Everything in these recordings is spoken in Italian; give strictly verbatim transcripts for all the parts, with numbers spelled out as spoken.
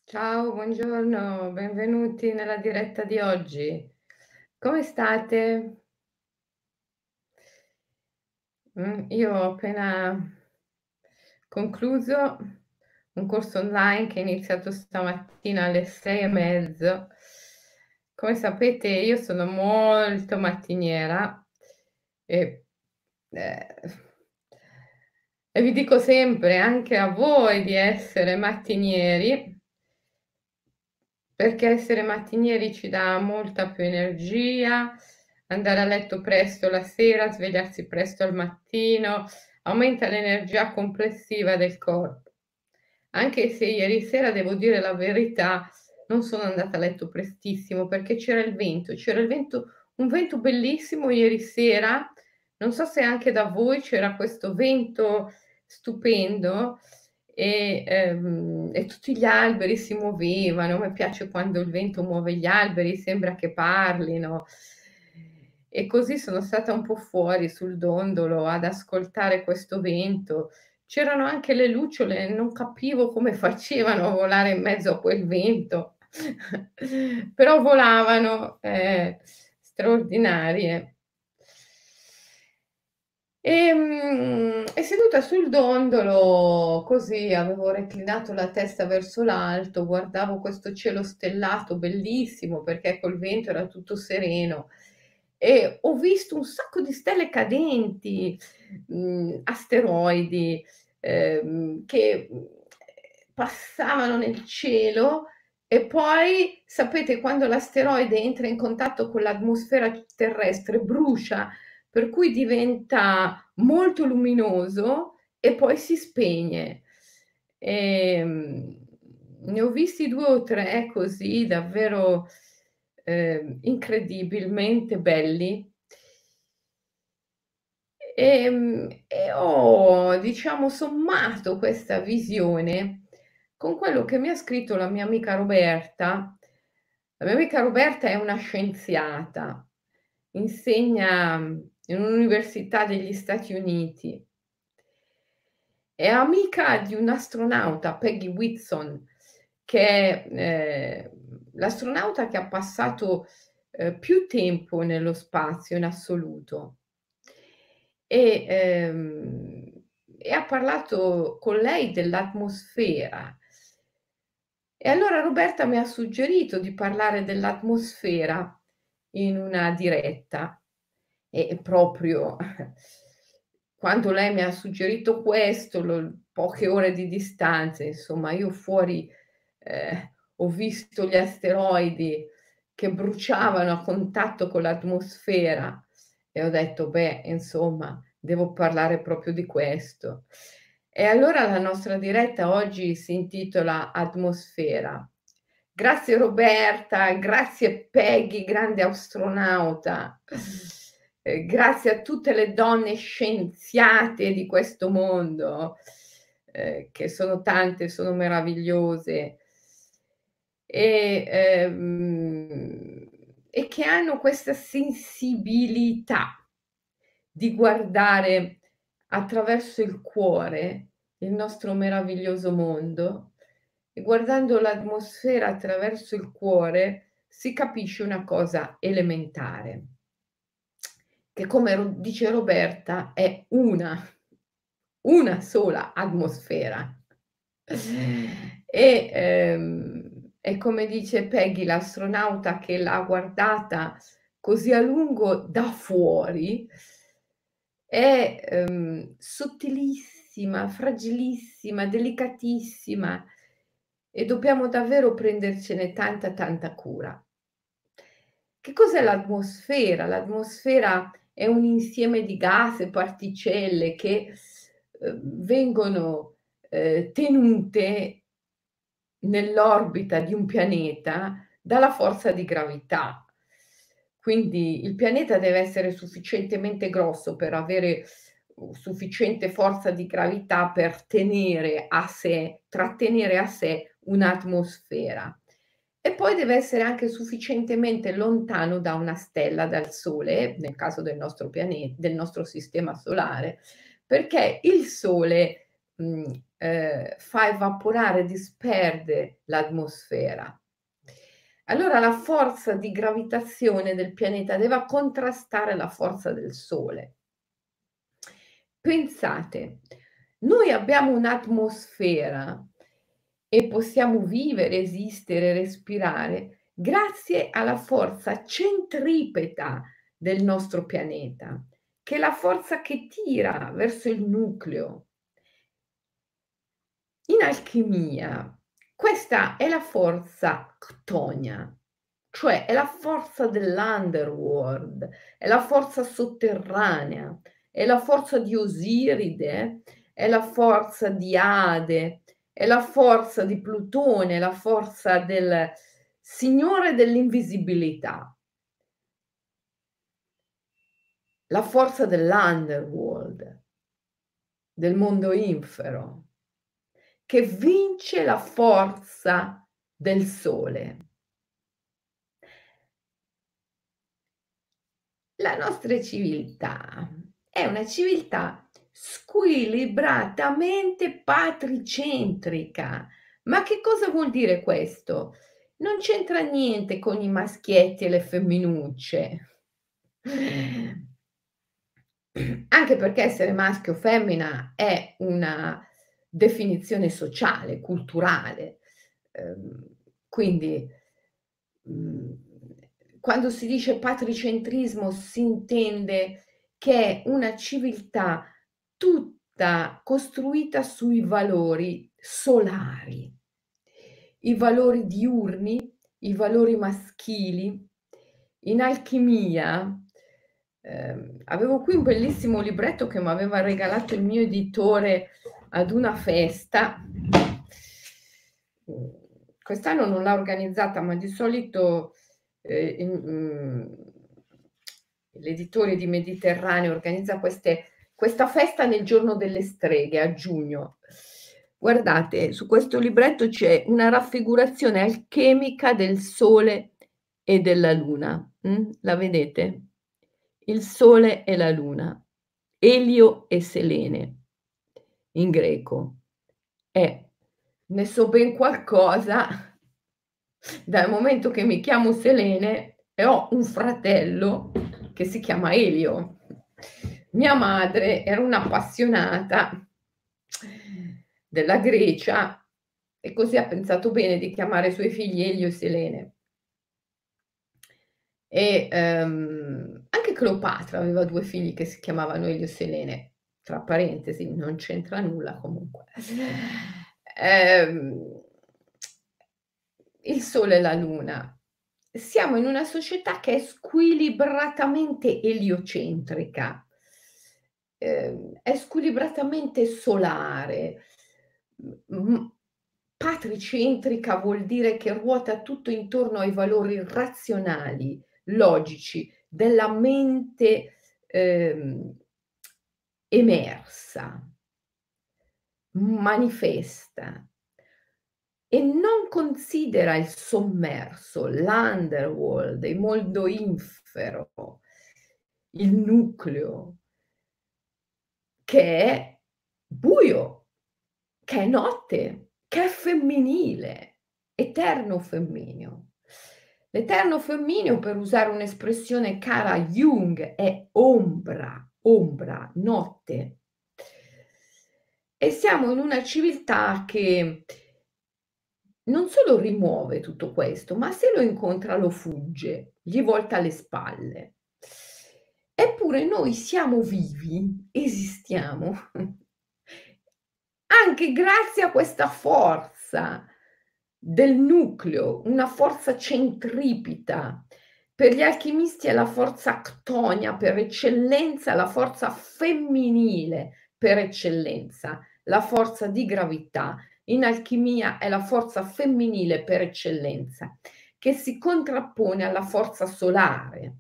Ciao, buongiorno, benvenuti nella diretta di oggi. Come state? Mh, io ho appena concluso un corso online che è iniziato stamattina alle sei e mezzo. Come sapete io sono molto mattiniera e, ehm, e vi dico sempre anche a voi di essere mattinieri perché essere mattinieri ci dà molta più energia, andare a letto presto la sera, svegliarsi presto al mattino, aumenta l'energia complessiva del corpo. Anche se ieri sera, devo dire la verità, non sono andata a letto prestissimo perché c'era il vento, c'era il vento un vento bellissimo ieri sera, non so se anche da voi c'era questo vento stupendo e, ehm, e tutti gli alberi si muovevano. A me piace quando il vento muove gli alberi, sembra che parlino. E così sono stata un po' fuori sul dondolo ad ascoltare questo vento. C'erano anche le lucciole, non capivo come facevano a volare in mezzo a quel vento, però volavano, eh, straordinarie. Ehm, e seduta sul dondolo, così avevo reclinato la testa verso l'alto, guardavo questo cielo stellato bellissimo perché col vento era tutto sereno e ho visto un sacco di stelle cadenti, mhmm, asteroidi, ehm, che, mhmm, passavano nel cielo e poi sapete quando l'asteroide entra in contatto con l'atmosfera terrestre brucia, per cui diventa molto luminoso e poi si spegne. Ehm, ne ho visti due o tre così davvero, ehm, incredibilmente belli. Ehm, e ho diciamo sommato questa visione con quello che mi ha scritto la mia amica Roberta. La mia amica Roberta è una scienziata, insegna in un'università degli Stati Uniti. È amica di un'astronauta, Peggy Whitson, che è, ehm, l'astronauta che ha passato, ehm, più tempo nello spazio in assoluto. E, ehm, e ha parlato con lei dell'atmosfera. E allora Roberta mi ha suggerito di parlare dell'atmosfera in una diretta. E proprio quando lei mi ha suggerito questo, lo poche ore di distanza, insomma, io fuori, ehm, ho visto gli asteroidi che bruciavano a contatto con l'atmosfera e ho detto: "Beh, insomma, devo parlare proprio di questo". E allora la nostra diretta oggi si intitola Atmosfera. Grazie Roberta, grazie Peggy, grande astronauta. Ehm, grazie a tutte le donne scienziate di questo mondo, ehm, che sono tante, sono meravigliose e, ehm, e che hanno questa sensibilità di guardare attraverso il cuore il nostro meraviglioso mondo e guardando l'atmosfera attraverso il cuore si capisce una cosa elementare, che come ro dice Roberta è una, una sola atmosfera. E, ehm, e come dice Peggy, l'astronauta che l'ha guardata così a lungo da fuori, è, ehm, sottilissima, fragilissima, delicatissima e dobbiamo davvero prendercene tanta, tanta cura. Che cos'è l'atmosfera? L'atmosfera è un insieme di gas e particelle che, uhm, vengono, ehm, tenute nell'orbita di un pianeta dalla forza di gravità. Quindi il pianeta deve essere sufficientemente grosso per avere u sufficiente forza di gravità per tenere a sé trattenere a sé un'atmosfera. E poi deve essere anche sufficientemente lontano da una stella, dal Sole, nel caso del nostro piane del nostro sistema solare, perché il Sole, mhmm, ehm, fa evaporare, disperde l'atmosfera. Allora la forza di gravitazione del pianeta deve contrastare la forza del Sole. Pensate, noi abbiamo un'atmosfera e possiamo vivere, esistere, respirare grazie alla forza centripeta del nostro pianeta, che è la forza che tira verso il nucleo. In alchimia questa è la forza Chtonia, cioè è la forza dell'underworld, è la forza sotterranea, è la forza di Osiride, è la forza di Ade, è la forza di Plutone, è la forza del signore dell'invisibilità. La forza dell'underworld, del mondo infero, che vince la forza del Sole. La nostra civiltà è una civiltà squilibratamente patricentrica. Ma che cosa vuol dire questo? Non c'entra niente con i maschietti e le femminucce. Anche perché essere maschio o femmina è una definizione sociale, culturale. Ehm, quindi, mhmm, quando si dice patricentrismo si intende che è una civiltà tutta costruita sui valori solari, i valori diurni, i valori maschili. In alchimia, ehm, avevo qui un bellissimo libretto che m'aveva regalato il mio editore ad una festa. Mhmm, quest'anno non l'ha organizzata, ma di solito, ehm, in mhmm, l'editore di Mediterraneo organizza queste questa festa nel giorno delle streghe, a giugno. Guardate, su questo libretto c'è una raffigurazione alchemica del Sole e della Luna, mh, la vedete? Il Sole e la Luna, Elio e Selene, in greco. Eh, ne so ben qualcosa dal momento che mi chiamo Selene e ho un fratello che si chiama Elio. Mia madre era un'appassionata della Grecia e così ha pensato bene di chiamare i suoi figli Elio e Selene. E, ehm, anche Cleopatra aveva due figli che si chiamavano Elio e Selene, tra parentesi, non c'entra nulla comunque. Ehm, il Sole e la Luna. Siamo in una società che è squilibratamente eliocentrica, ehm, è squilibratamente solare, mhmm, patricentrica vuol dire che ruota tutto intorno ai valori razionali, logici, della mente, ehm, emersa, manifesta e non considera il sommerso, l'underworld, il mondo infero, il nucleo, che è buio, che è notte, che è femminile, eterno femmineo. L'eterno femmineo, per usare un'espressione cara a Jung, è ombra, ombra, notte. E siamo in una civiltà che non solo rimuove tutto questo, ma se lo incontra lo fugge, gli volta le spalle. Eppure noi siamo vivi, esistiamo, anche grazie a questa forza del nucleo, una forza centripeta. Per gli alchimisti è la forza Chtonia per eccellenza, la forza femminile per eccellenza, la forza di gravità. In alchimia è la forza femminile per eccellenza, che si contrappone alla forza solare.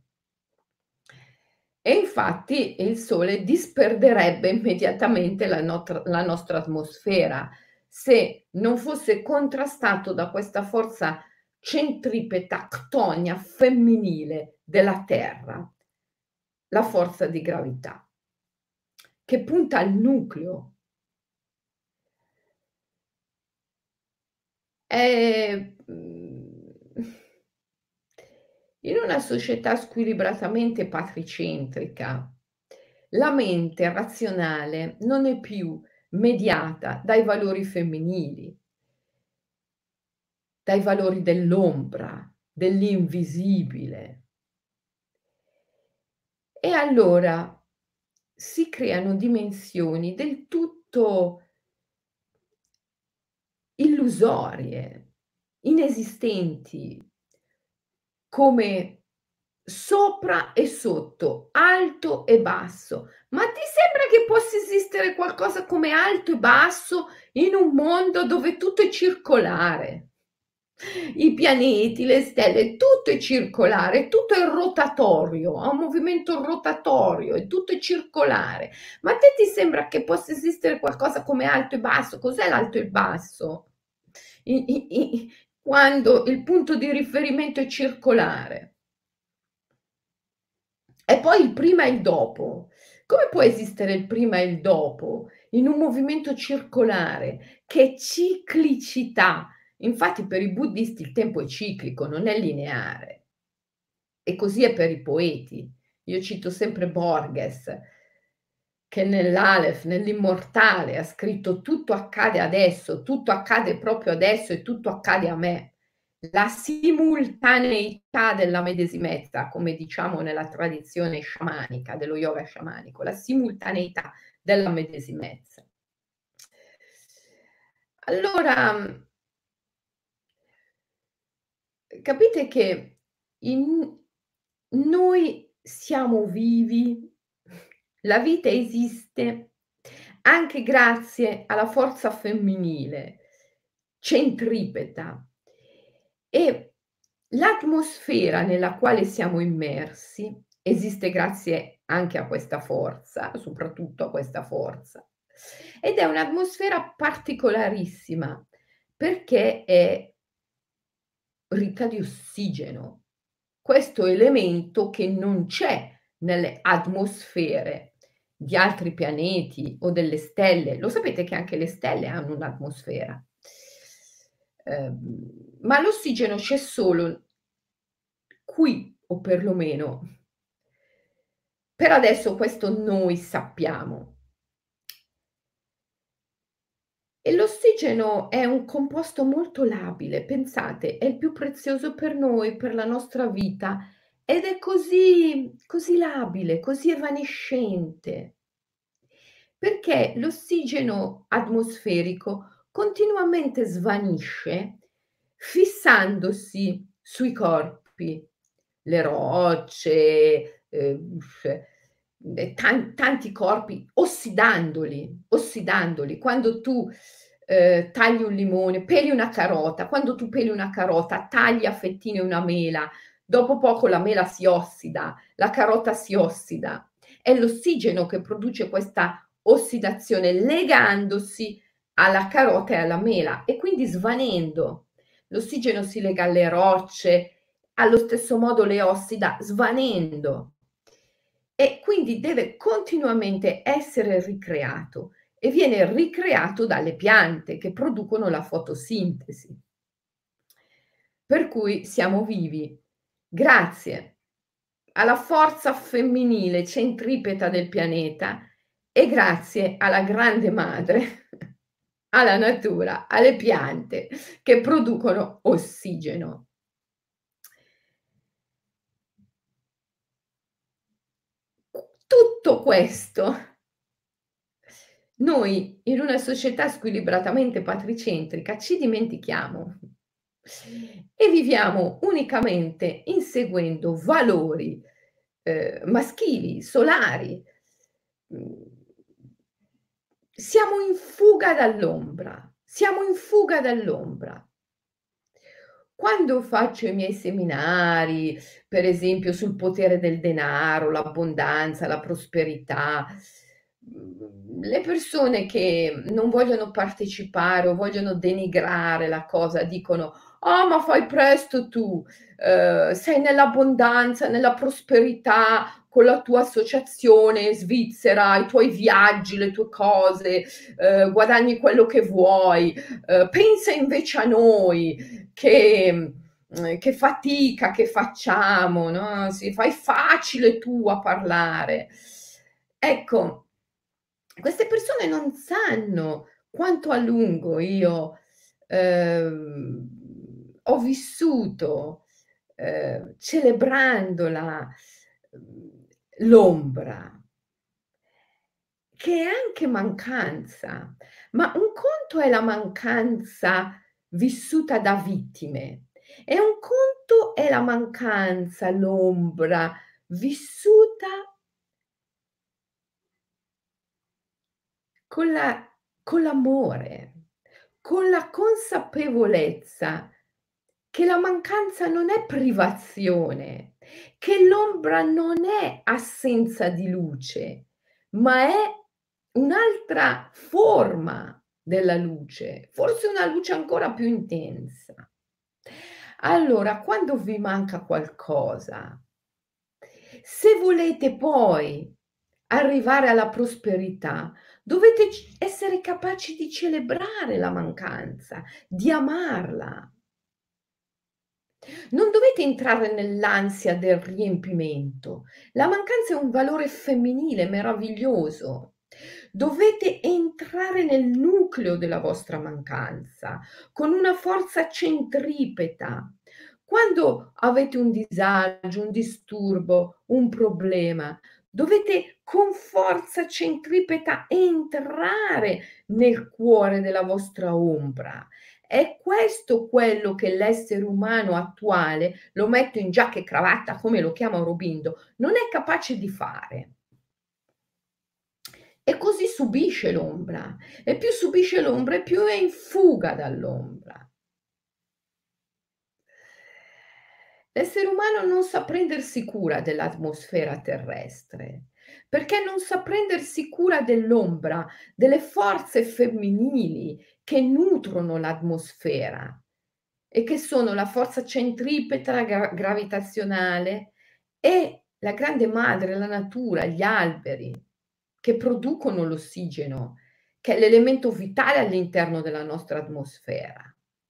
E infatti il Sole disperderebbe immediatamente la notre la nostra atmosfera, se non fosse contrastato da questa forza centripeta Chtonia femminile della Terra, la forza di gravità, che punta al nucleo. Ehm, mhmm, in una società squilibratamente patricentrica, la mente razionale non è più mediata dai valori femminili, dai valori dell'ombra, dell'invisibile. E allora si creano dimensioni del tutto illusorie, inesistenti, come sopra e sotto, alto e basso. Ma ti sembra che possa esistere qualcosa come alto e basso in un mondo dove tutto è circolare? I pianeti, le stelle, tutto è circolare, tutto è rotatorio, ha un movimento rotatorio, e tutto è circolare. Ma a te ti sembra che possa esistere qualcosa come alto e basso? Cos'è l'alto e il basso? I i i quando il punto di riferimento è circolare. E poi il prima e il dopo. Come può esistere il prima e il dopo in un movimento circolare? Che ciclicità! Infatti per i buddisti il tempo è ciclico, non è lineare. E così è per i poeti. Io cito sempre Borges, che nell'Aleph, nell'Immortale, ha scritto: "Tutto accade adesso, tutto accade proprio adesso e tutto accade a me". La simultaneità della medesimezza, come diciamo nella tradizione sciamanica, dello yoga sciamanico, la simultaneità della medesimezza. Allora, mhmm capite che in noi siamo vivi, la vita esiste anche grazie alla forza femminile, centripeta. E l'atmosfera nella quale siamo immersi esiste grazie anche a questa forza, soprattutto a questa forza. Ed è un'atmosfera particolarissima perché è ricca di ossigeno. Questo elemento che non c'è nelle atmosfere di altri pianeti o delle stelle. Lo sapete che anche le stelle hanno un'atmosfera. Ehm, ma l'ossigeno c'è solo qui, o perlomeno per adesso questo noi sappiamo. E l'ossigeno è un composto molto labile, pensate, è il più prezioso per noi, per la nostra vita, ed è così così labile, così evanescente. Perché l'ossigeno atmosferico continuamente svanisce fissandosi sui corpi, le rocce, ehm, e tan tanti corpi, ossidandoli, ossidandoli. Quando tu, ehm, tagli un limone, peli una carota, quando tu peli una carota, tagli a fettine una mela, dopo poco la mela si ossida, la carota si ossida. È l'ossigeno che produce questa ossidazione legandosi alla carota e alla mela e quindi svanendo. L'ossigeno si lega alle rocce, allo stesso modo le ossida svanendo. E quindi deve continuamente essere ricreato e viene ricreato dalle piante che producono la fotosintesi. Per cui siamo vivi grazie alla forza femminile centripeta del pianeta e grazie alla grande madre, alla natura, alle piante che producono ossigeno. Tutto questo noi in una società squilibratamente patricentrica ci dimentichiamo e viviamo unicamente inseguendo valori, ehm, maschili, solari. Mhmm, siamo in fuga dall'ombra, siamo in fuga dall'ombra. Quando faccio i miei seminari, per esempio sul potere del denaro, l'abbondanza, la prosperità, mhmm, le persone che non vogliono partecipare o vogliono denigrare la cosa dicono: "Ah, ma fai presto tu, uhm, sei nell'abbondanza, nella prosperità con la tua associazione svizzera, i tuoi viaggi, le tue cose, uhm, guadagni quello che vuoi, uhm, pensa invece a noi che mhmm, che fatica che facciamo, no, sì, fai facile tu a parlare." Ecco, queste persone non sanno quanto a lungo io, uhm, ho vissuto, uhm, celebrandola, mhmm, l'ombra. Che è anche mancanza, ma un conto è la mancanza vissuta da vittime e un conto è la mancanza, l'ombra vissuta con la con l'amore, con la consapevolezza che la mancanza non è privazione, che l'ombra non è assenza di luce, ma è un'altra forma della luce, forse una luce ancora più intensa. Allora, quando vi manca qualcosa, se volete poi arrivare alla prosperità, dovete c essere capaci di celebrare la mancanza, di amarla. Non dovete entrare nell'ansia del riempimento. La mancanza è un valore femminile meraviglioso. Dovete entrare nel nucleo della vostra mancanza con una forza centripeta. Quando avete un disagio, un disturbo, un problema, dovete con forza centripeta entrare nel cuore della vostra ombra. È questo quello che l'essere umano attuale, lo metto in giacca e cravatta come lo chiama Aurobindo, non è capace di fare. E così subisce l'ombra, e più subisce l'ombra e più è in fuga dall'ombra. L'essere umano non sa prendersi cura dell'atmosfera terrestre, perché non sa prendersi cura dell'ombra, delle forze femminili che nutrono l'atmosfera e che sono la forza centripeta gra gravitazionale e la grande madre, la natura, gli alberi, che producono l'ossigeno, che è l'elemento vitale all'interno della nostra atmosfera.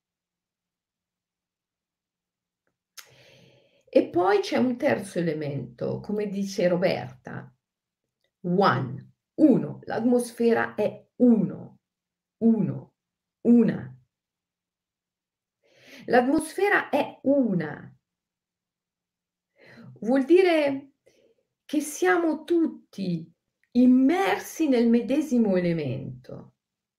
E poi c'è un terzo elemento, come dice Roberta, one, uno, l'atmosfera è uno, uno, una. L'atmosfera è una. Vuol dire che siamo tutti immersi nel medesimo elemento.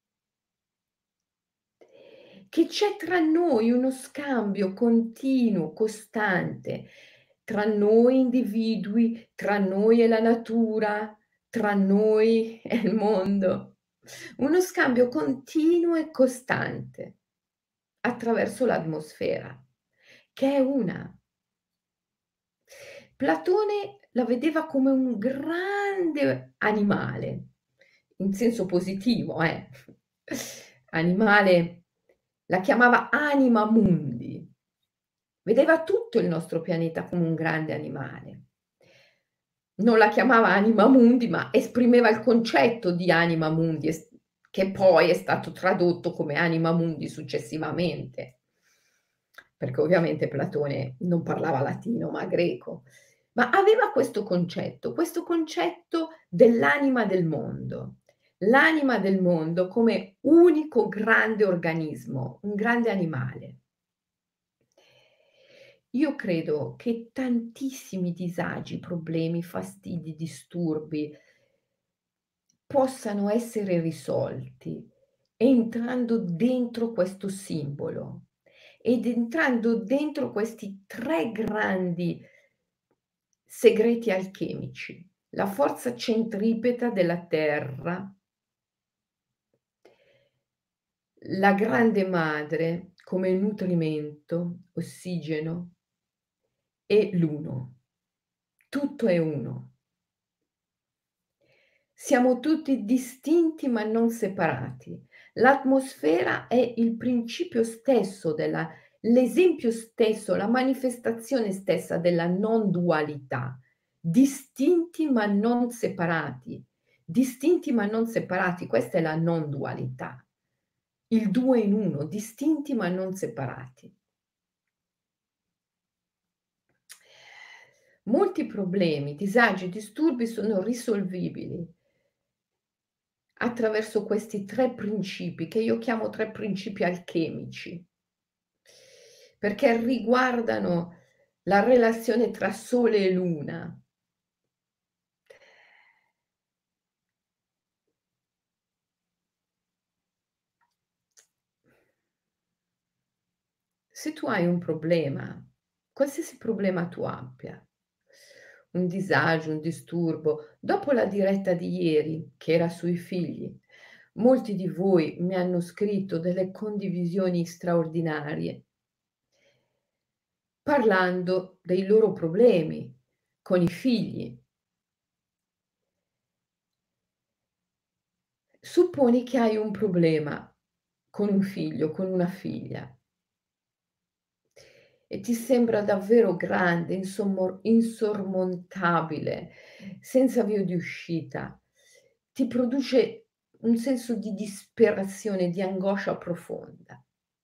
Che c'è tra noi uno scambio continuo, costante, tra noi individui, tra noi e la natura, tra noi e il mondo. Uno scambio continuo e costante attraverso l'atmosfera, che è una. Platone la vedeva come un grande animale, in senso positivo, eh. Animale, la chiamava anima mundi. Vedeva tutto il nostro pianeta come un grande animale. Non la chiamava anima mundi, ma esprimeva il concetto di anima mundi, es che poi è stato tradotto come anima mundi successivamente, perché ovviamente Platone non parlava latino, ma greco. Ma aveva questo concetto, questo concetto dell'anima del mondo. L'anima del mondo come unico grande organismo, un grande animale. Io credo che tantissimi disagi, problemi, fastidi, disturbi possano essere risolti entrando dentro questo simbolo ed entrando dentro questi tre grandi segreti alchemici: la forza centripeta della terra, la grande madre come nutrimento, ossigeno e l'uno. Tutto è uno. Siamo tutti distinti ma non separati. L'atmosfera è il principio stesso della l'esempio stesso, la manifestazione stessa della non dualità. Distinti ma non separati. Distinti ma non separati, questa è la non dualità. Il due in uno, distinti ma non separati. Molti problemi, disagi e disturbi sono risolvibili attraverso questi tre principi, che io chiamo tre principi alchemici, perché riguardano la relazione tra Sole e Luna. Se tu hai un problema, qualsiasi problema tu abbia, un disagio, un disturbo, dopo la diretta di ieri, che era sui figli, molti di voi mi hanno scritto delle condivisioni straordinarie, parlando dei loro problemi con i figli. Supponi che hai un problema con un figlio, con una figlia e ti sembra davvero grande, insommor insormontabile, senza via di uscita. Ti produce un senso di disperazione, di angoscia profonda.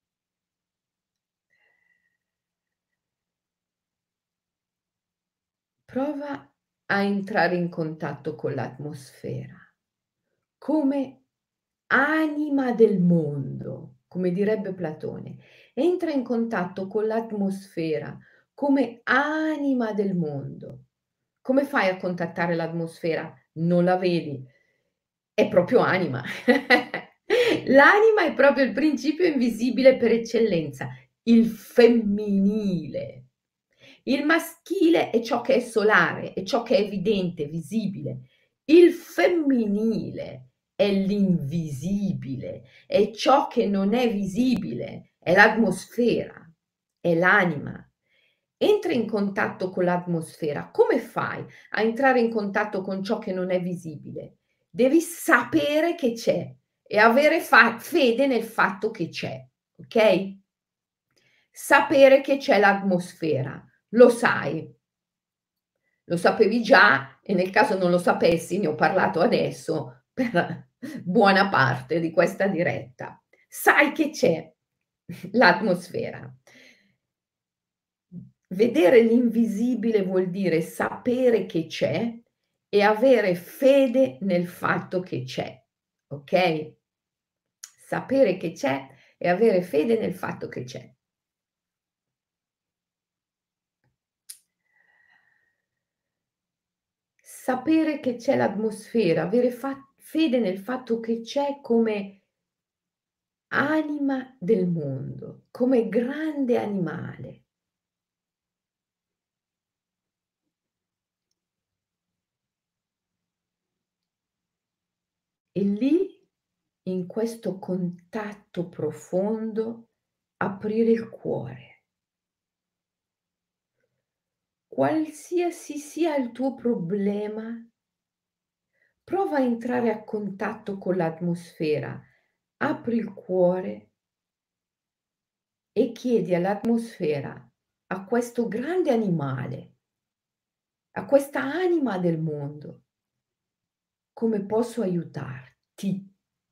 Prova a entrare in contatto con l'atmosfera, come anima del mondo, come direbbe Platone. Entra in contatto con l'atmosfera come anima del mondo. Come fai a contattare l'atmosfera? Non la vedi, è proprio anima. L'anima è proprio il principio invisibile per eccellenza, il femminile. Il maschile è ciò che è solare, è ciò che è evidente, visibile. Il femminile è l'invisibile, è ciò che non è visibile, è l'atmosfera, è l'anima. Entra in contatto con l'atmosfera. Come fai a entrare in contatto con ciò che non è visibile? Devi sapere che c'è e avere fa fede nel fatto che c'è, okay? Sapere che c'è l'atmosfera, lo sai. Lo sapevi già e nel caso non lo sapessi, ne ho parlato adesso per buona parte di questa diretta. Sai che c'è l'atmosfera. Vedere l'invisibile vuol dire sapere che c'è e avere fede nel fatto che c'è, okay? Sapere che c'è e avere fede nel fatto che c'è. Sapere che c'è l'atmosfera, avere fa fede nel fatto che c'è come anima del mondo, come grande animale. E lì, in questo contatto profondo, aprire il cuore. Qualsiasi sia il tuo problema, prova a entrare a contatto con l'atmosfera, apri il cuore e chiedi all'atmosfera, a questo grande animale, a questa anima del mondo, come posso aiutarti?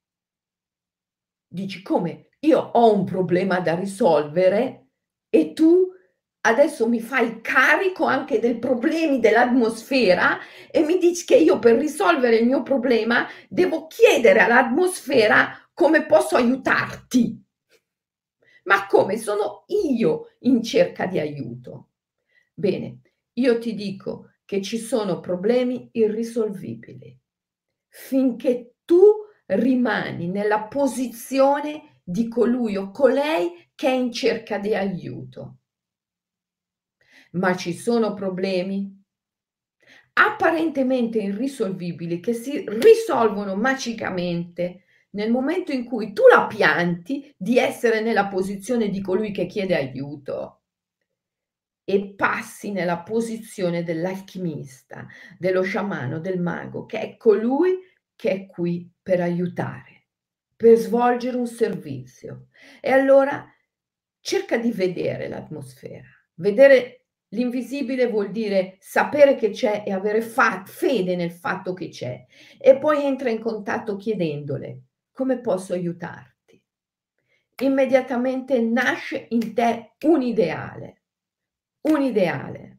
Dici: "Come? Io ho un problema da risolvere e tu adesso mi fai carico anche del problemi dell'atmosfera e mi dici che io per risolvere il mio problema devo chiedere all'atmosfera come posso aiutarti. Ma come? Sono io in cerca di aiuto." Bene, io ti dico che ci sono problemi irrisolvibili. Finché tu rimani nella posizione di colui o colei che è in cerca di aiuto. Ma ci sono problemi apparentemente irrisolvibili che si risolvono magicamente nel momento in cui tu la pianti di essere nella posizione di colui che chiede aiuto e passi nella posizione dell'alchimista, dello sciamano, del mago, che è colui che è qui per aiutare, per svolgere un servizio. E allora cerca di vedere l'atmosfera. Vedere l'invisibile vuol dire sapere che c'è e avere fa fede nel fatto che c'è. E poi entra in contatto chiedendole: "Come posso aiutarti?" Immediatamente nasce in te un ideale, un ideale.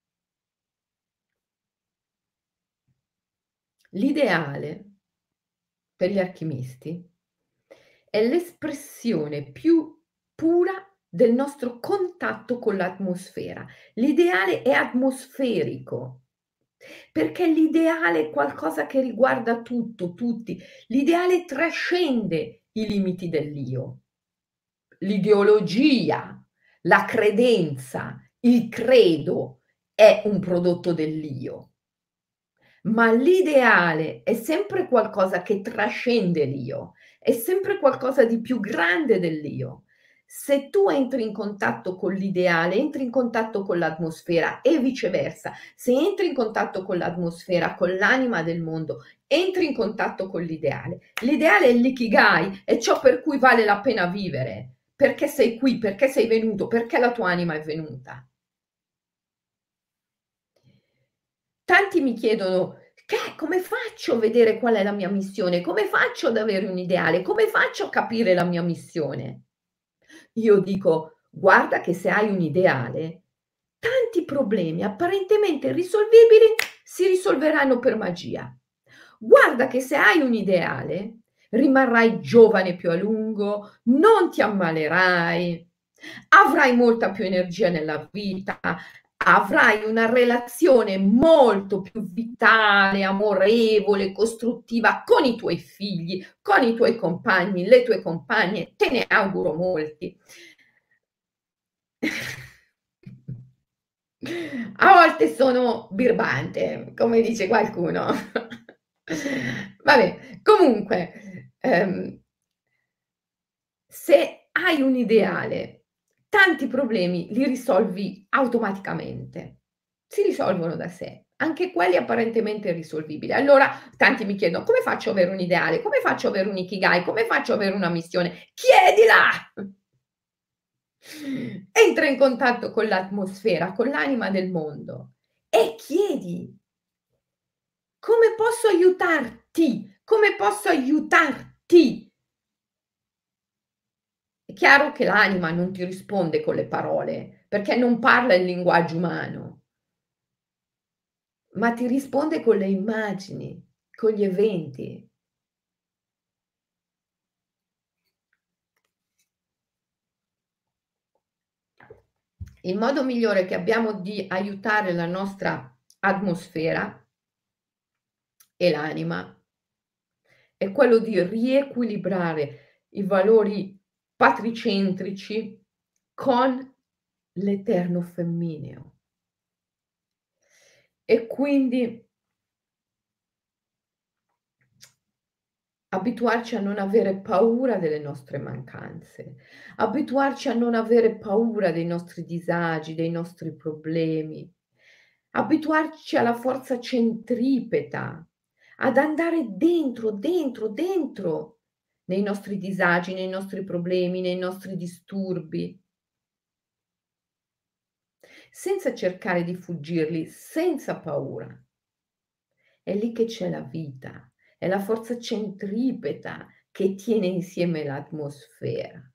L'ideale per gli alchimisti è l'espressione più pura del nostro contatto con l'atmosfera. L'ideale è atmosferico, perché l'ideale è qualcosa che riguarda tutto, tutti. L'ideale trascende i limiti dell'io. L'ideologia, la credenza, il credo è un prodotto dell'io. Ma l'ideale è sempre qualcosa che trascende l'io, è sempre qualcosa di più grande dell'io. Se tu entri in contatto con l'ideale, entri in contatto con l'atmosfera e viceversa. Se entri in contatto con l'atmosfera, con l'anima del mondo, entri in contatto con l'ideale. L'ideale è l'ikigai, è ciò per cui vale la pena vivere. Perché sei qui, perché sei venuto, perché la tua anima è venuta. Tanti mi chiedono: "Che come faccio a vedere qual è la mia missione? Come faccio ad avere un ideale? Come faccio a capire la mia missione?" Io dico: "Guarda che se hai un ideale, tanti problemi apparentemente irrisolvibili si risolveranno per magia. Guarda che se hai un ideale, rimarrai giovane più a lungo, non ti ammalerai, avrai molta più energia nella vita, avrai una relazione molto più vitale, amorevole, costruttiva con i tuoi figli, con i tuoi compagni, le tue compagne, te ne auguro molti." A volte sono birbante, come dice qualcuno. Vabbè, comunque, ehm se hai un ideale, tanti problemi li risolvi automaticamente. Si risolvono da sé, anche quelli apparentemente irrisolvibili. Allora tanti mi chiedono: "Come faccio ad avere un ideale? Come faccio ad avere un ikigai? Come faccio ad avere una missione?" Chiedila! Entra in contatto con l'atmosfera, con l'anima del mondo e chiedi: "Come posso aiutarti? Come posso aiutarti?" È chiaro che l'anima non ti risponde con le parole, perché non parla il linguaggio umano, ma ti risponde con le immagini, con gli eventi. Il modo migliore che abbiamo di aiutare la nostra atmosfera e l'anima è quello di riequilibrare i valori patricentrici con l'eterno femmineo. E quindi abituarci a non avere paura delle nostre mancanze, abituarci a non avere paura dei nostri disagi, dei nostri problemi, abituarci alla forza centripeta, ad andare dentro, dentro, dentro nei nostri disagi, nei nostri problemi, nei nostri disturbi, senza cercare di fuggirli, senza paura. È lì che c'è la vita, è la forza centripeta che tiene insieme l'atmosfera.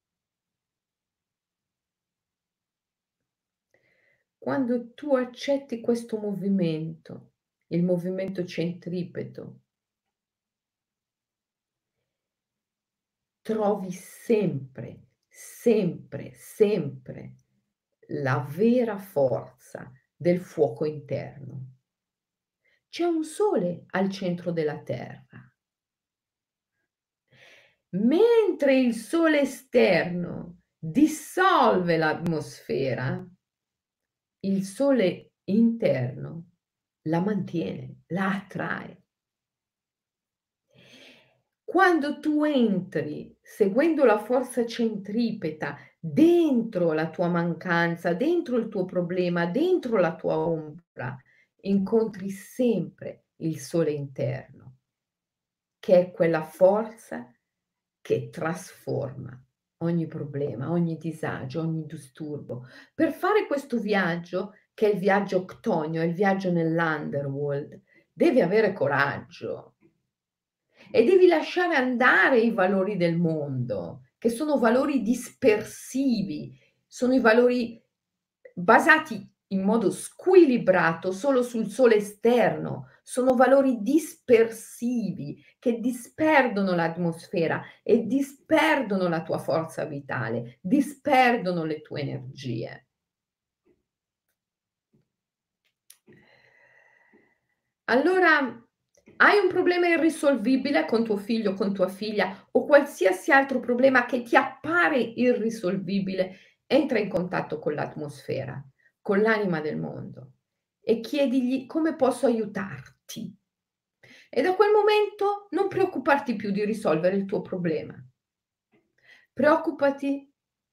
Quando tu accetti questo movimento, il movimento centripeto, trovi sempre, sempre, sempre la vera forza del fuoco interno. C'è un sole al centro della terra. Mentre il sole esterno dissolve l'atmosfera, il sole interno la mantiene, la attrae. Quando tu entri seguendo la forza centripeta dentro la tua mancanza, dentro il tuo problema, dentro la tua ombra, incontri sempre il sole interno. che è quella forza che trasforma ogni problema, ogni disagio, ogni disturbo. Per fare questo viaggio, che è il viaggio ctonio, è il viaggio nell'underworld, devi avere coraggio e devi lasciare andare i valori del mondo, che sono valori dispersivi, sono i valori basati in modo squilibrato solo sul sole esterno, sono valori dispersivi che disperdono l'atmosfera e disperdono la tua forza vitale, disperdono le tue energie. Allora, hai un problema irrisolvibile con tuo figlio, con tua figlia o qualsiasi altro problema che ti appare irrisolvibile, entra in contatto con l'atmosfera, con l'anima del mondo e chiedigli: "Come posso aiutarti?" E da quel momento non preoccuparti più di risolvere il tuo problema. Preoccupati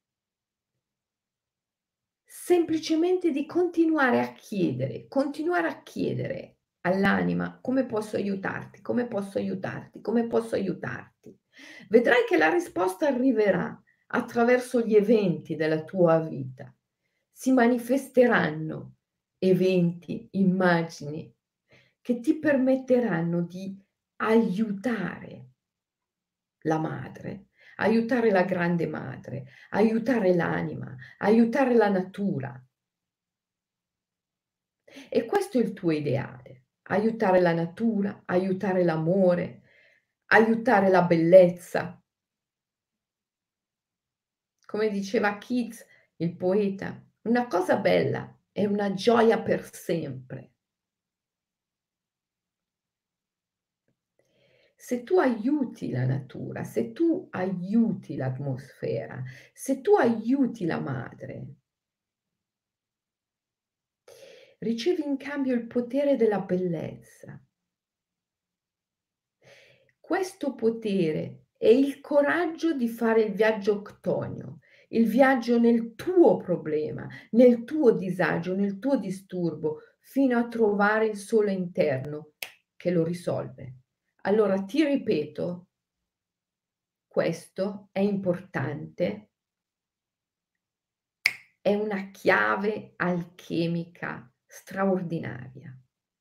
semplicemente di continuare a chiedere, continuare a chiedere all'anima: "Come posso aiutarti? Come posso aiutarti? Come posso aiutarti?" Vedrai che la risposta arriverà attraverso gli eventi della tua vita. Si manifesteranno eventi, immagini che ti permetteranno di aiutare la madre, aiutare la grande madre, aiutare l'anima, aiutare la natura. E questo è il tuo ideale: aiutare la natura, aiutare l'amore, aiutare la bellezza. Come diceva Keats, il poeta, una cosa bella è una gioia per sempre. Se tu aiuti la natura, se tu aiuti l'atmosfera, se tu aiuti la madre, ricevi in cambio il potere della bellezza. Questo potere e il coraggio di fare il viaggio ctonio, il viaggio nel tuo problema, nel tuo disagio, nel tuo disturbo, fino a trovare il sole interno che lo risolve. Allora ti ripeto, questo è importante, è una chiave alchemica straordinaria.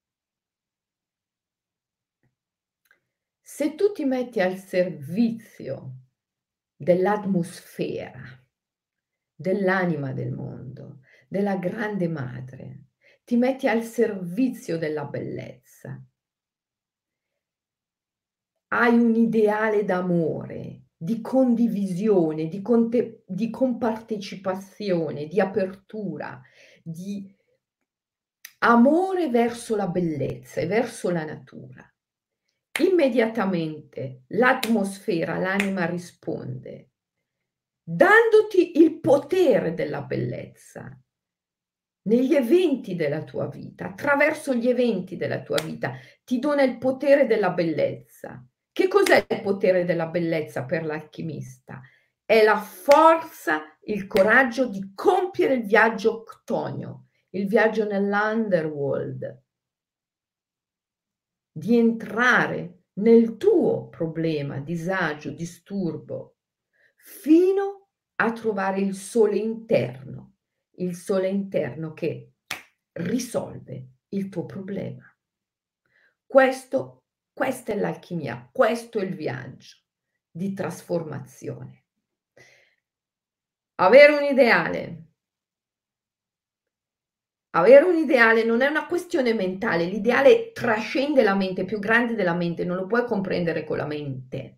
Se tu ti metti al servizio dell'atmosfera, dell'anima del mondo, della grande madre, ti metti al servizio della bellezza, hai un ideale d'amore, di condivisione, di conte di compartecipazione, di apertura, di amore verso la bellezza e verso la natura. Immediatamente l'atmosfera, l'anima risponde, dandoti il potere della bellezza negli eventi della tua vita, attraverso gli eventi della tua vita, ti dona il potere della bellezza. Che cos'è il potere della bellezza per l'alchimista? È la forza, il coraggio di compiere il viaggio ctonio, il viaggio nell'underworld, di entrare nel tuo problema, disagio, disturbo, fino a trovare il sole interno, il sole interno che risolve il tuo problema. Questo questa è l'alchimia, questo è il viaggio di trasformazione. Avere un ideale Avere un ideale non è una questione mentale, l'ideale trascende la mente, è più grande della mente, non lo puoi comprendere con la mente.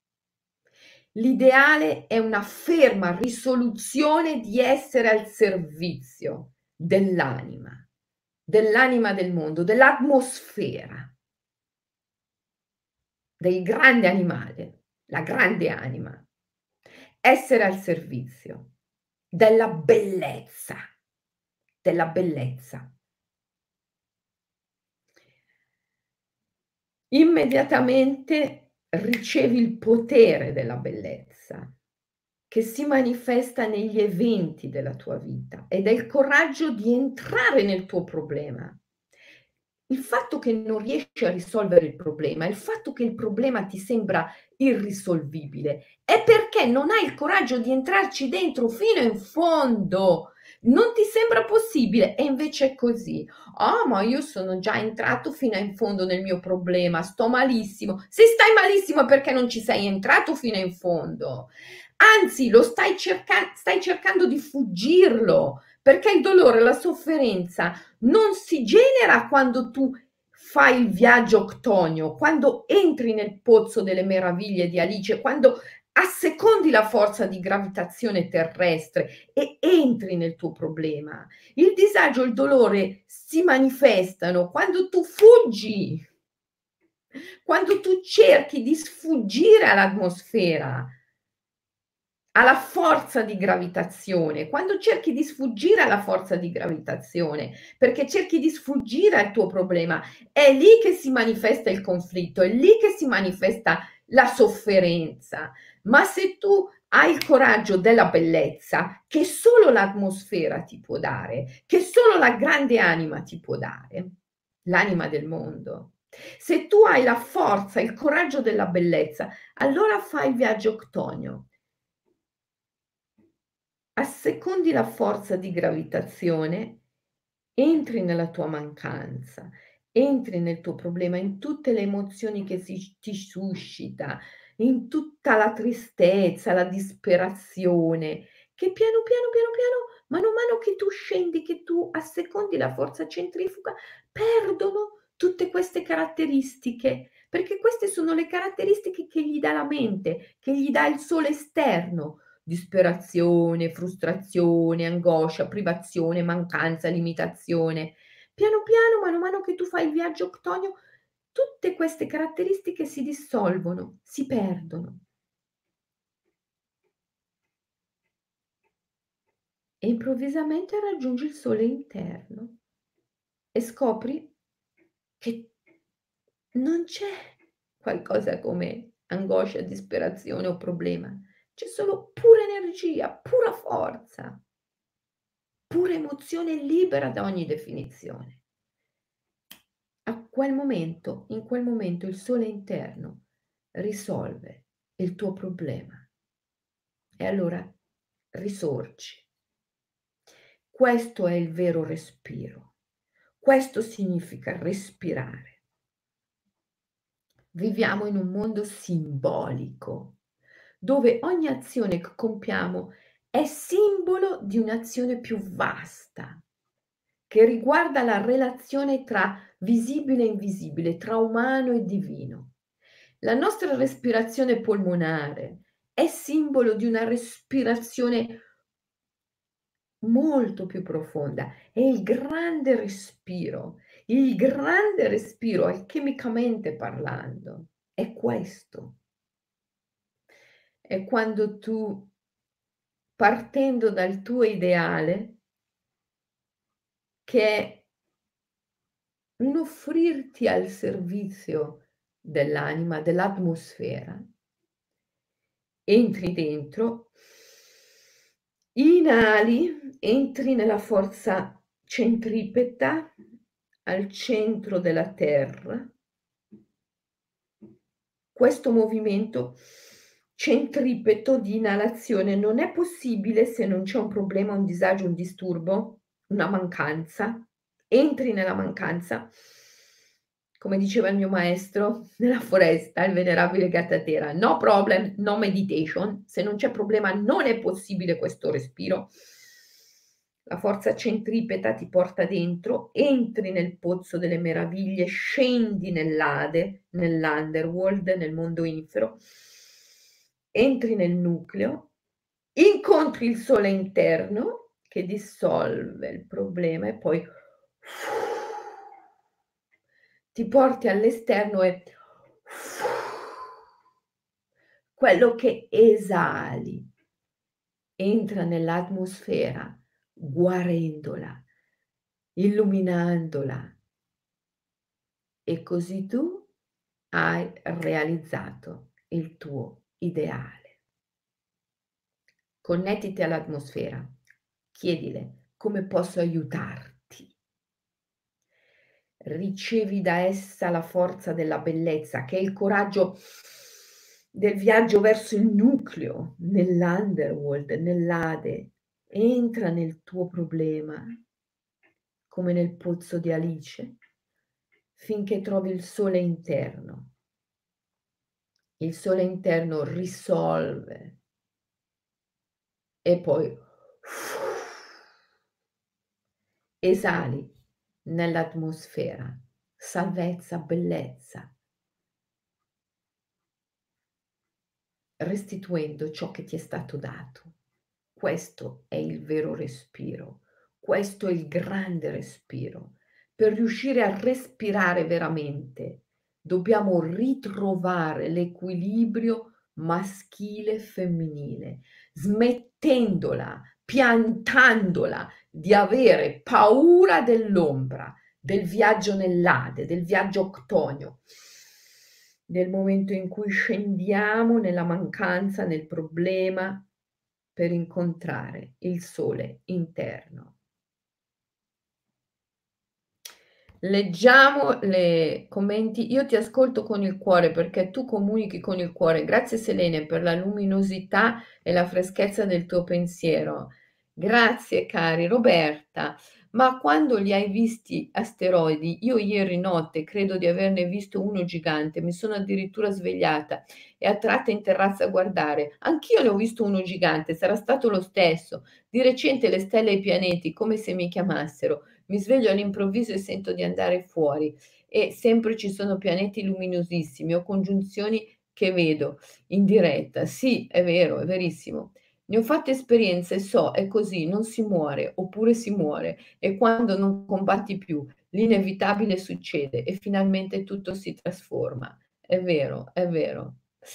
L'ideale è una ferma risoluzione di essere al servizio dell'anima, dell'anima del mondo, dell'atmosfera, del grande animale, la grande anima. Essere al servizio della bellezza, della bellezza. Immediatamente ricevi il potere della bellezza, che si manifesta negli eventi della tua vita ed è il coraggio di entrare nel tuo problema. Il fatto che non riesci a risolvere il problema, il fatto che il problema ti sembra irrisolvibile, è perché non hai il coraggio di entrarci dentro fino in fondo. Non ti sembra possibile e invece è così. "Ah, ma io sono già entrato fino in fondo nel mio problema, sto malissimo". Se stai malissimo è perché non ci sei entrato fino in fondo. Anzi, lo stai cerca stai cercando di fuggirlo, perché il dolore, la sofferenza non si genera quando tu fai il viaggio octonio, quando entri nel pozzo delle meraviglie di Alice, quando assecondi la forza di gravitazione terrestre e entri nel tuo problema. Il disagio e il dolore si manifestano quando tu fuggi, quando tu cerchi di sfuggire all'atmosfera, alla forza di gravitazione, quando cerchi di sfuggire alla forza di gravitazione, perché cerchi di sfuggire al tuo problema, è lì che si manifesta il conflitto, è lì che si manifesta la sofferenza. Ma se tu hai il coraggio della bellezza che solo l'atmosfera ti può dare, che solo la grande anima ti può dare, l'anima del mondo. Se tu hai la forza, il coraggio della bellezza, allora fai il viaggio octonio. Assecondi la forza di gravitazione, entri nella tua mancanza, entri nel tuo problema, in tutte le emozioni che si ti suscita, in tutta la tristezza, la disperazione, che piano, piano, piano, piano, mano a mano che tu scendi, che tu assecondi la forza centrifuga, perdono tutte queste caratteristiche, perché queste sono le caratteristiche che gli dà la mente, che gli dà il sole esterno. Disperazione, frustrazione, angoscia, privazione, mancanza, limitazione. Piano piano, mano a mano che tu fai il viaggio octonio, tutte queste caratteristiche si dissolvono, si perdono. E improvvisamente raggiungi il sole interno e scopri che non c'è qualcosa come angoscia, disperazione o problema. C'è solo pura energia, pura forza. Pura emozione libera da ogni definizione. A quel momento, in quel momento il sole interno risolve il tuo problema e allora risorgi. Questo è il vero respiro. Questo significa respirare. Viviamo in un mondo simbolico, dove ogni azione che compiamo è simbolo di un'azione più vasta, che riguarda la relazione tra visibile e invisibile, tra umano e divino. La nostra respirazione polmonare è simbolo di una respirazione molto più profonda, è il grande respiro. Il grande respiro, alchimicamente parlando, è questo. È quando tu, partendo dal tuo ideale, che è un offrirti al servizio dell'anima, dell'atmosfera, entri dentro, inali, entri nella forza centripeta al centro della terra. Questo movimento centripeto di inalazione non è possibile se non c'è un problema, un disagio, un disturbo, una mancanza. Entri nella mancanza, come diceva il mio maestro nella foresta, il venerabile Gatatera: "No problem, no meditation". Se non c'è problema non è possibile questo respiro. La forza centripeta ti porta dentro, entri nel pozzo delle meraviglie, scendi nell'Ade, nell'underworld, nel mondo infero, entri nel nucleo, incontri il sole interno che dissolve il problema e poi ti porti all'esterno e quello che esali entra nell'atmosfera guarendola, illuminandola e così tu hai realizzato il tuo ideale. Connettiti all'atmosfera, chiedile come posso aiutarti. ricevi da essa la forza della bellezza, che è il coraggio del viaggio verso il nucleo, nell'underworld, nell'Ade. Entra nel tuo problema, come nel pozzo di Alice, finché trovi il sole interno. Il sole interno risolve e poi esali nell'atmosfera salvezza, bellezza. Restituendo ciò che ti è stato dato. Questo è il vero respiro, questo è il grande respiro. Per riuscire a respirare veramente, dobbiamo ritrovare l'equilibrio maschile e femminile, smettendola, piantandola di avere paura dell'ombra, del viaggio nell'Ade, del viaggio octonio, nel momento in cui scendiamo nella mancanza, nel problema, per incontrare il sole interno. Leggiamo le commenti. Io ti ascolto con il cuore perché tu comunichi con il cuore. Grazie Selene per la luminosità e la freschezza del tuo pensiero. Grazie cari. Roberta, ma quando li hai visti asteroidi? Io ieri notte credo di averne visto uno gigante, mi sono addirittura svegliata e attratta in terrazza a guardare. Anch'io ne ho visto uno gigante, sarà stato lo stesso. Di recente le stelle e i pianeti, come se mi chiamassero. Mi sveglio all'improvviso e sento di andare fuori e sempre ci sono pianeti luminosissimi o congiunzioni che vedo in diretta. Sì, è vero, è verissimo. Ne ho fatte esperienze e so, è così, non si muore, oppure si muore, e quando non combatti più, l'inevitabile succede e finalmente tutto si trasforma. È vero, è vero.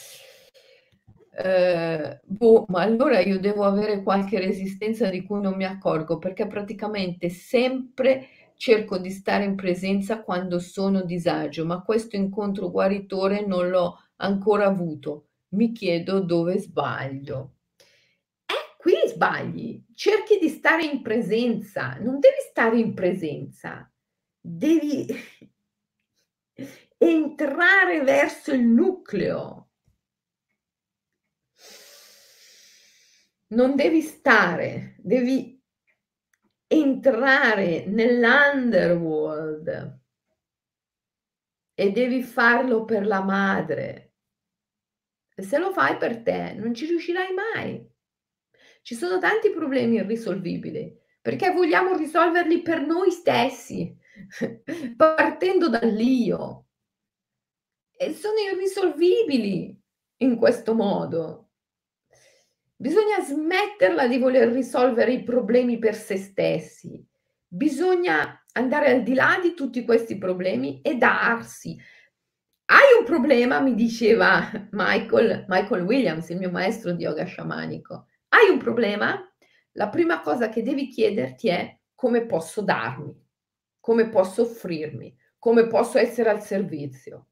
Ehm, boh, ma allora io devo avere qualche resistenza di cui non mi accorgo, perché praticamente sempre cerco di stare in presenza quando sono a disagio, ma questo incontro guaritore non l'ho ancora avuto. Mi chiedo dove sbaglio. Eh, qui sbagli. Cerchi di stare in presenza, non devi stare in presenza, devi entrare verso il nucleo. Non devi stare, devi entrare nell'underworld e devi farlo per la madre. E se lo fai per te, non ci riuscirai mai. Ci sono tanti problemi irrisolvibili, perché vogliamo risolverli per noi stessi, partendo dall'io. E sono irrisolvibili in questo modo. Bisogna smetterla di voler risolvere i problemi per se stessi. Bisogna andare al di là di tutti questi problemi e darsi. Hai un problema, mi diceva Michael, Michael Williams, il mio maestro di yoga sciamanico. Hai un problema? La prima cosa che devi chiederti è come posso darmi, come posso offrirmi, come posso essere al servizio.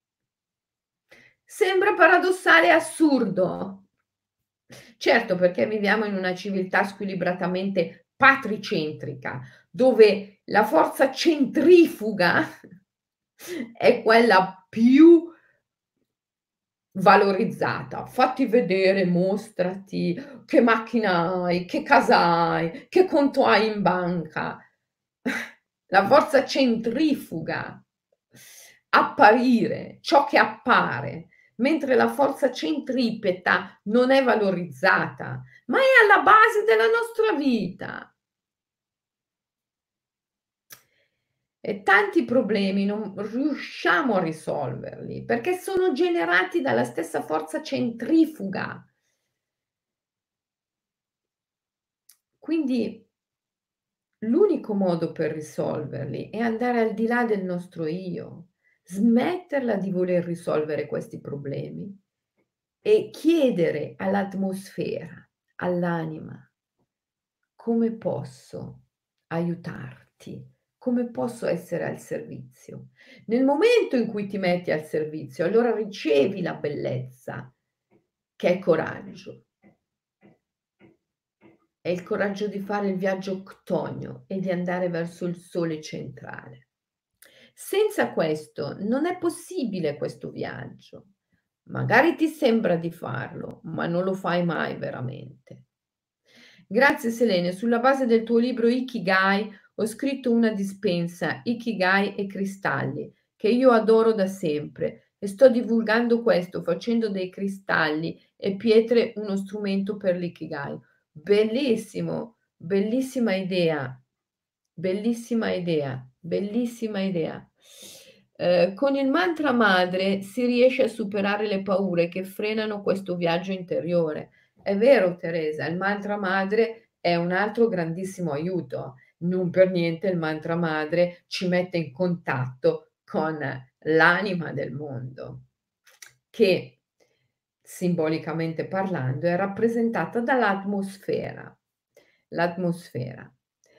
Sembra paradossale e assurdo. Certo, perché viviamo in una civiltà squilibratamente patricentrica, dove la forza centrifuga è quella più valorizzata. Fatti vedere, mostrati, che macchina hai, che casa hai, che conto hai in banca. La forza centrifuga, apparire, ciò che appare, mentre la forza centripeta non è valorizzata, ma è alla base della nostra vita. E tanti problemi non riusciamo a risolverli, perché sono generati dalla stessa forza centrifuga. Quindi l'unico modo per risolverli è andare al di là del nostro io, smetterla di voler risolvere questi problemi e chiedere all'atmosfera, all'anima: come posso aiutarti? Come posso essere al servizio? Nel momento in cui ti metti al servizio, allora ricevi la bellezza, che è coraggio. È il coraggio di fare il viaggio octonio e di andare verso il sole centrale. Senza questo non è possibile questo viaggio. Magari ti sembra di farlo, ma non lo fai mai veramente. Grazie Selene, sulla base del tuo libro Ikigai ho scritto una dispensa Ikigai e cristalli che io adoro da sempre e sto divulgando questo facendo dei cristalli e pietre uno strumento per l'Ikigai. Bellissimo, bellissima idea, bellissima idea, bellissima idea. Eh, con il mantra madre si riesce a superare le paure che frenano questo viaggio interiore. È vero, Teresa, il mantra madre è un altro grandissimo aiuto. Non per niente il mantra madre ci mette in contatto con l'anima del mondo, che simbolicamente parlando è rappresentata dall'atmosfera. L'atmosfera.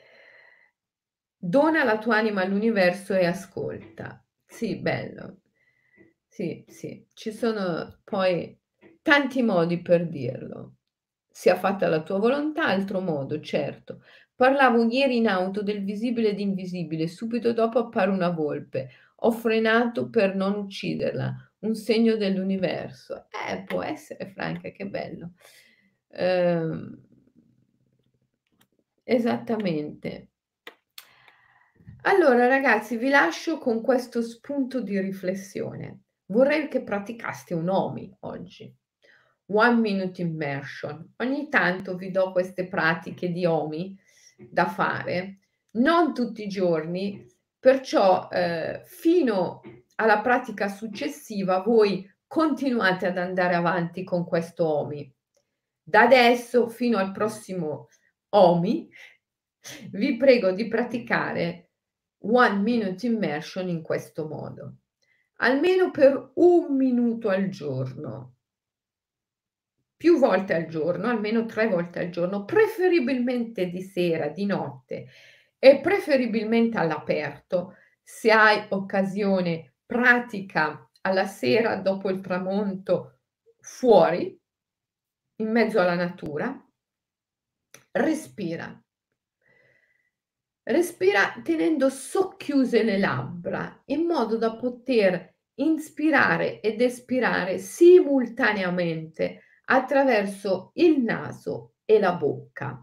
Dona la tua anima all'universo e ascolta. Sì, bello. Sì, sì, ci sono poi tanti modi per dirlo. Sia fatta la tua volontà, altro modo, certo. Parlavo ieri in auto del visibile ed invisibile, subito dopo appare una volpe. Ho frenato per non ucciderla, un segno dell'universo. Eh, può essere, Franca, che bello. Ehm, esattamente. Allora ragazzi, vi lascio con questo spunto di riflessione. Vorrei che praticaste un O M I oggi. One Minute Immersion. Ogni tanto vi do queste pratiche di O M I da fare, non tutti i giorni, perciò eh, fino alla pratica successiva voi continuate ad andare avanti con questo O M I. Da adesso fino al prossimo O M I vi prego di praticare One Minute Immersion in questo modo, almeno per un minuto al giorno. Più volte al giorno, almeno tre volte al giorno, preferibilmente di sera, di notte e preferibilmente all'aperto. Se hai occasione, pratica alla sera dopo il tramonto fuori, in mezzo alla natura. Respira. Respira tenendo socchiuse le labbra in modo da poter inspirare ed espirare simultaneamente attraverso il naso e la bocca.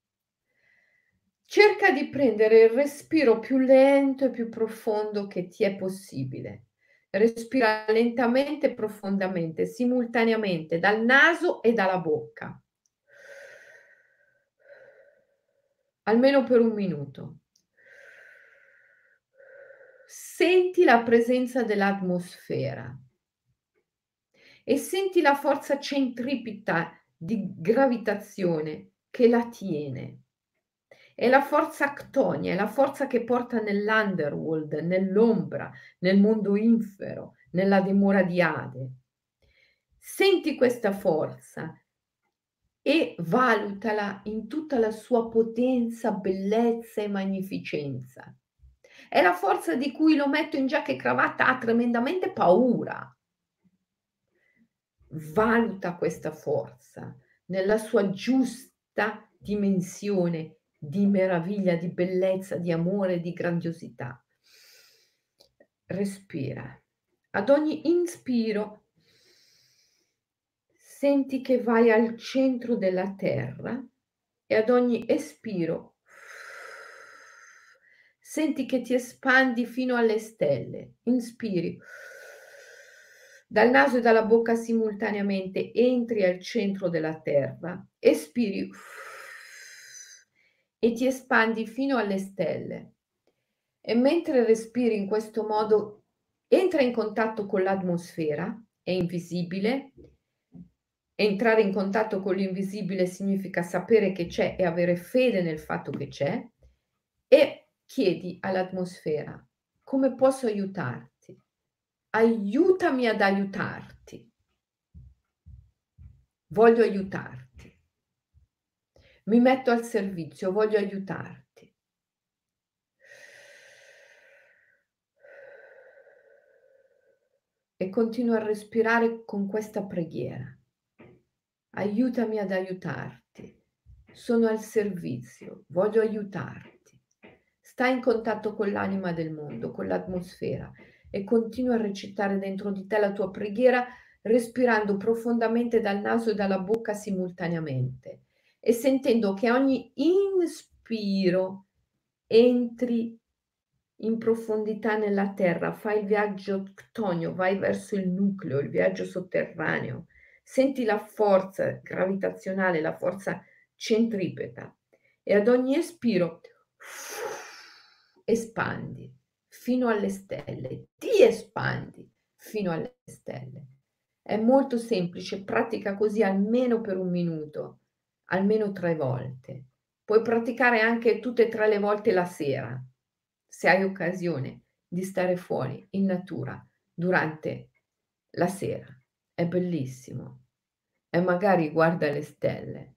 Cerca di prendere il respiro più lento e più profondo che ti è possibile. Respira lentamente e profondamente, simultaneamente dal naso e dalla bocca. Almeno per un minuto. Senti la presenza dell'atmosfera e senti la forza centripeta di gravitazione che la tiene. È la forza ctonia, è la forza che porta nell'underworld, nell'ombra, nel mondo infero, nella dimora di Ade. Senti questa forza e valutala in tutta la sua potenza, bellezza e magnificenza. È la forza di cui l'ometto in giacca e cravatta ha tremendamente paura. Valuta questa forza nella sua giusta dimensione di meraviglia, di bellezza, di amore, di grandiosità. Respira. Ad ogni inspiro senti che vai al centro della terra e ad ogni espiro senti che ti espandi fino alle stelle. Inspiri. Dal naso e dalla bocca simultaneamente entri al centro della terra, espiri e ti espandi fino alle stelle. E mentre respiri in questo modo, entra in contatto con l'atmosfera, è invisibile. Entrare in contatto con l'invisibile significa sapere che c'è e avere fede nel fatto che c'è, e chiedi all'atmosfera: come posso aiutarti? Aiutami ad aiutarti. Voglio aiutarti. Mi metto al servizio, voglio aiutarti. E continua a respirare con questa preghiera. Aiutami ad aiutarti. Sono al servizio, voglio aiutarti. Stai in contatto con l'anima del mondo, con l'atmosfera e continua a recitare dentro di te la tua preghiera respirando profondamente dal naso e dalla bocca simultaneamente e sentendo che ogni inspiro entri in profondità nella terra, fai il viaggio ctonio, vai verso il nucleo, il viaggio sotterraneo, senti la forza gravitazionale, la forza centripeta e ad ogni espiro espandi fino alle stelle, ti espandi fino alle stelle. È molto semplice, pratica così almeno per un minuto, almeno tre volte. Puoi praticare anche tutte e tre le volte la sera, se hai occasione di stare fuori in natura durante la sera. È bellissimo. E magari guarda le stelle.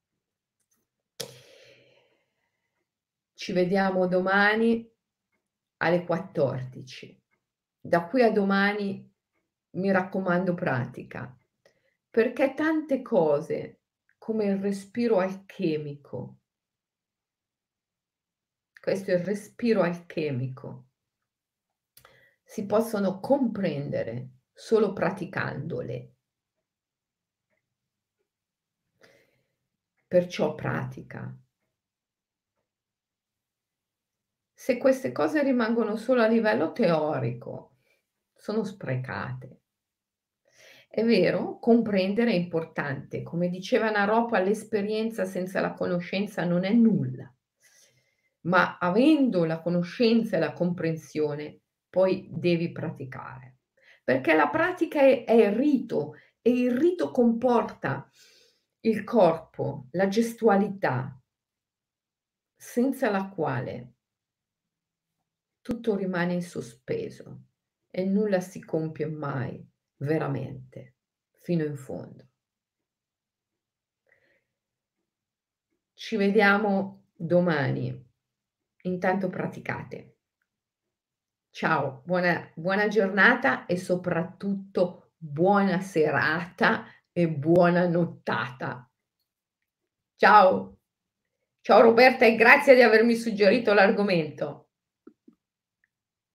Ci vediamo domani alle quattordici. Da qui a domani mi raccomando pratica, perché tante cose come il respiro alchemico, questo è il respiro alchemico, si possono comprendere solo praticandole. Perciò pratica. Se queste cose rimangono solo a livello teorico, sono sprecate. È vero, comprendere è importante. Come diceva Naropa, l'esperienza senza la conoscenza non è nulla. Ma avendo la conoscenza e la comprensione, poi devi praticare. Perché la pratica è, è il rito e il rito comporta il corpo, la gestualità, senza la quale tutto rimane in sospeso e nulla si compie mai veramente, fino in fondo. Ci vediamo domani. Intanto praticate. Ciao, buona buona giornata e soprattutto buona serata e buona nottata. Ciao. Ciao Roberta e grazie di avermi suggerito l'argomento.